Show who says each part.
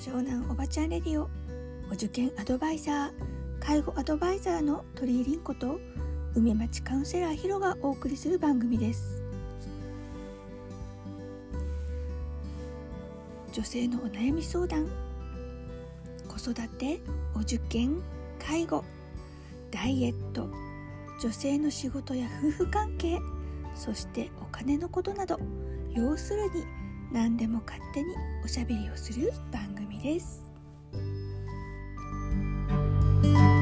Speaker 1: 湘南おばちゃんレディオ、お受験アドバイザー、介護アドバイザーの鳥居凛子と梅町カウンセラーヒロがお送りする番組です。女性のお悩み相談、子育て、お受験、介護、ダイエット、女性の仕事や夫婦関係、そしてお金のことなど、要するに何でも勝手におしゃべりをする番組です。